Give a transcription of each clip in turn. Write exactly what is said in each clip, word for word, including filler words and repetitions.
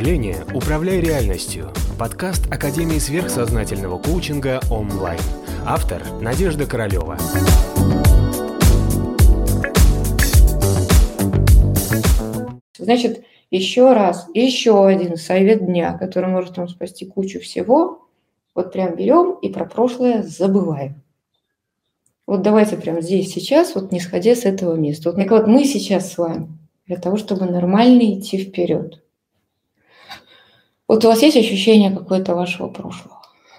мышления «Управляй реальностью». Подкаст Академии сверхсознательного коучинга онлайн. Автор Надежда Королева. Значит, еще раз, еще один совет дня, который может вам спасти кучу всего. Вот прям берем и про прошлое забываем. Вот давайте прямо здесь, сейчас, вот не сходя с этого места. Вот, так вот мы сейчас с вами для того, чтобы нормально идти вперед. Вот у вас есть ощущение какое-то вашего прошлого?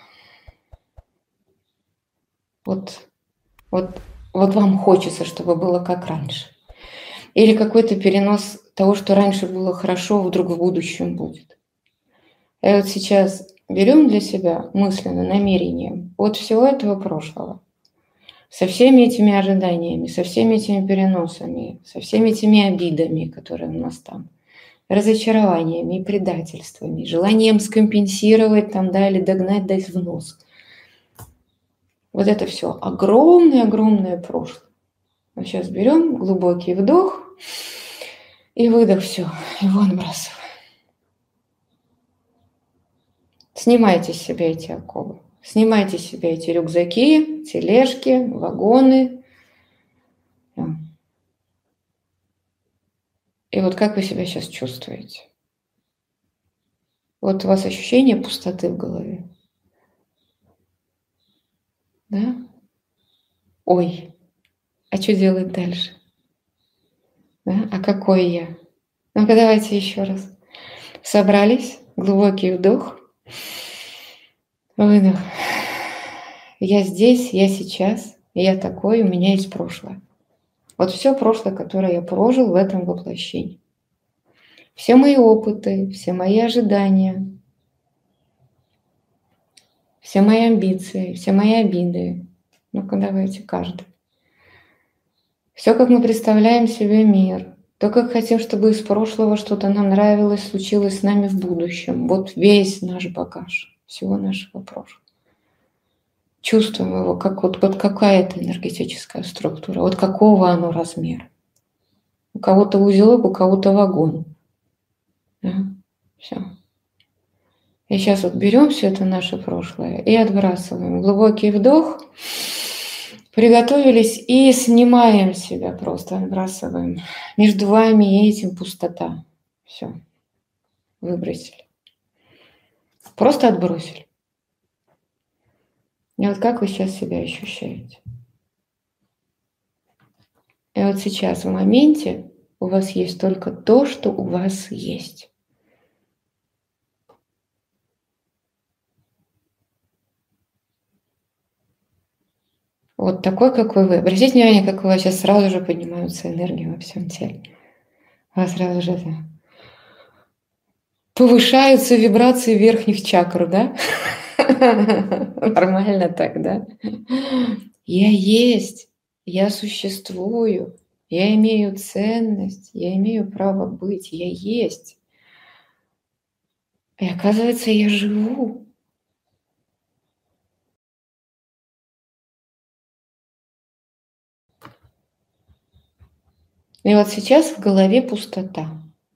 Вот, вот, вот вам хочется, чтобы было как раньше. Или какой-то перенос того, что раньше было хорошо, вдруг в будущем будет. И вот сейчас берем для себя мысленно намерением от всего этого прошлого, со всеми этими ожиданиями, со всеми этими переносами, со всеми этими обидами, которые у нас там, разочарованиями и предательствами, желанием скомпенсировать там, да, или догнать, дать в нос. Вот это все огромное-огромное прошлое. Вот сейчас берем глубокий вдох и выдох, все, его отбрасываем. Снимайте с себя эти оковы, снимайте с себя эти рюкзаки, тележки, вагоны. И вот как вы себя сейчас чувствуете? Вот у вас ощущение пустоты в голове. Да? Ой, а что делать дальше? Да? А какой я? Ну-ка давайте еще раз. Собрались, глубокий вдох, выдох. Я здесь, я сейчас, я такой, у меня есть прошлое. Вот все прошлое, которое я прожил в этом воплощении. Все мои опыты, все мои ожидания, все мои амбиции, все мои обиды. Ну-ка давайте каждый. Все, как мы представляем себе мир. То, как хотим, чтобы из прошлого что-то нам нравилось, случилось с нами в будущем. Вот весь наш багаж всего нашего прошлого. Чувствуем его, как вот, вот какая это энергетическая структура, вот какого оно размера. У кого-то узелок, у кого-то вагон. Да? Все. И сейчас вот берем все это наше прошлое и отбрасываем. Глубокий вдох. Приготовились и снимаем себя, просто отбрасываем. Между вами и этим пустота. Все. Выбросили. Просто отбросили. И вот как вы сейчас себя ощущаете? И вот сейчас в моменте у вас есть только то, что у вас есть. Вот такой, какой вы. Обратите внимание, как у вас сейчас сразу же поднимаются энергии во всем теле. У вас сразу же да, повышаются вибрации верхних чакр, да? Нормально так, да? Я есть, я существую, я имею ценность, я имею право быть, я есть. И оказывается, я живу. И вот сейчас в голове пустота.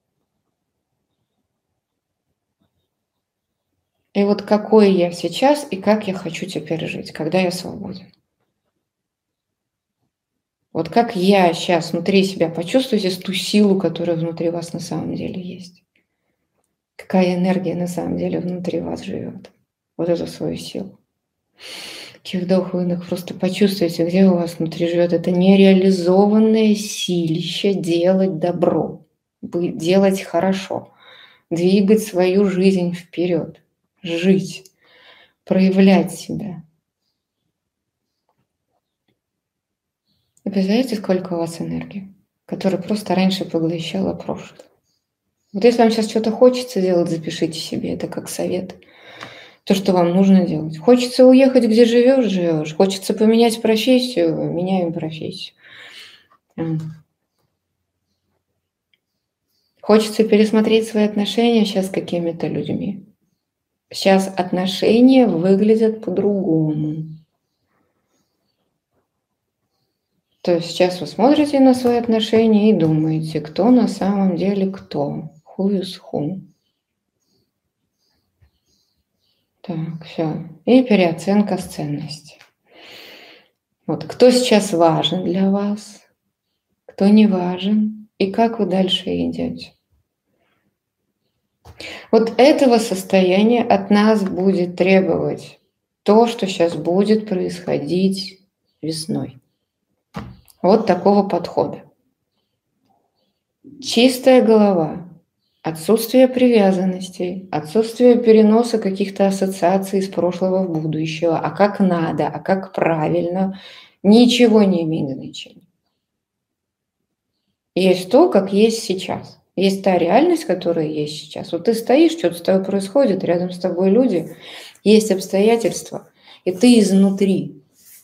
И вот какой я сейчас и как я хочу теперь жить, когда я свободен. Вот как я сейчас внутри себя почувствуйте ту силу, которая внутри вас на самом деле есть. Какая энергия на самом деле внутри вас живет. Вот эту свою силу. Вдох, выдох, просто почувствуйте, где у вас внутри живет это нереализованное силище делать добро, делать хорошо, двигать свою жизнь вперед, жить, проявлять себя. И представляете, сколько у вас энергии, которая просто раньше поглощала прошлое. Вот если вам сейчас что-то хочется делать, запишите себе это как совет. То, что вам нужно делать. Хочется уехать, где живешь, живешь. Хочется поменять профессию, меняем профессию. Хочется пересмотреть свои отношения сейчас с какими-то людьми. Сейчас отношения выглядят по-другому. То есть сейчас вы смотрите на свои отношения и думаете, кто на самом деле кто. Who is who. Так, все. И переоценка с ценности. Вот, кто сейчас важен для вас, кто не важен, и как вы дальше идете. Вот этого состояния от нас будет требовать то, что сейчас будет происходить весной. Вот такого подхода. Чистая голова, отсутствие привязанностей, отсутствие переноса каких-то ассоциаций из прошлого в будущее, а как надо, а как правильно, ничего не имеет значения. Есть то, как есть сейчас. Есть та реальность, которая есть сейчас. Вот ты стоишь, что-то с тобой происходит, рядом с тобой люди, есть обстоятельства, и ты изнутри,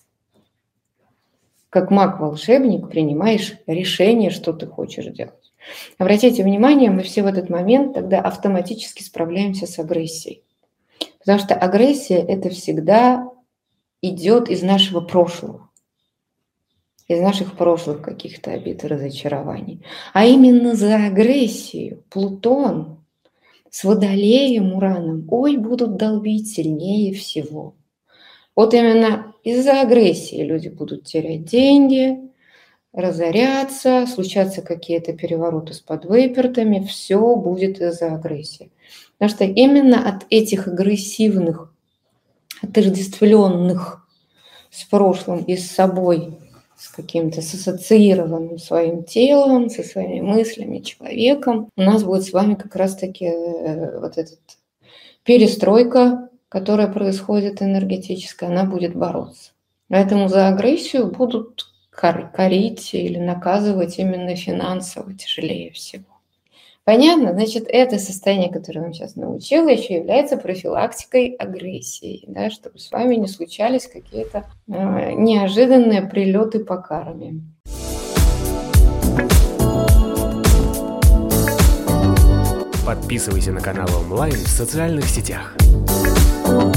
как маг-волшебник, принимаешь решение, что ты хочешь делать. Обратите внимание, мы все в этот момент тогда автоматически справляемся с агрессией. Потому что агрессия – это всегда идет из нашего прошлого, из наших прошлых каких-то обид и разочарований. А именно за агрессию Плутон с Водолеем, Ураном, ой, будут долбить сильнее всего. Вот именно из-за агрессии люди будут терять деньги, разоряться, случаться какие-то перевороты с подвыпертами, все будет из-за агрессии. Потому что именно от этих агрессивных, отождествленных с прошлым и с собой, с каким-то ассоциированным своим телом, со своими мыслями, человеком, у нас будет с вами как раз-таки вот эта перестройка, которая происходит энергетическая, она будет бороться. Поэтому за агрессию будут корить или наказывать именно финансово тяжелее всего. Понятно? Значит, это состояние, которое я вам сейчас научила, еще является профилактикой агрессии, да, чтобы с вами не случались какие-то э, неожиданные прилеты по карме. Подписывайся на канал онлайн в социальных сетях.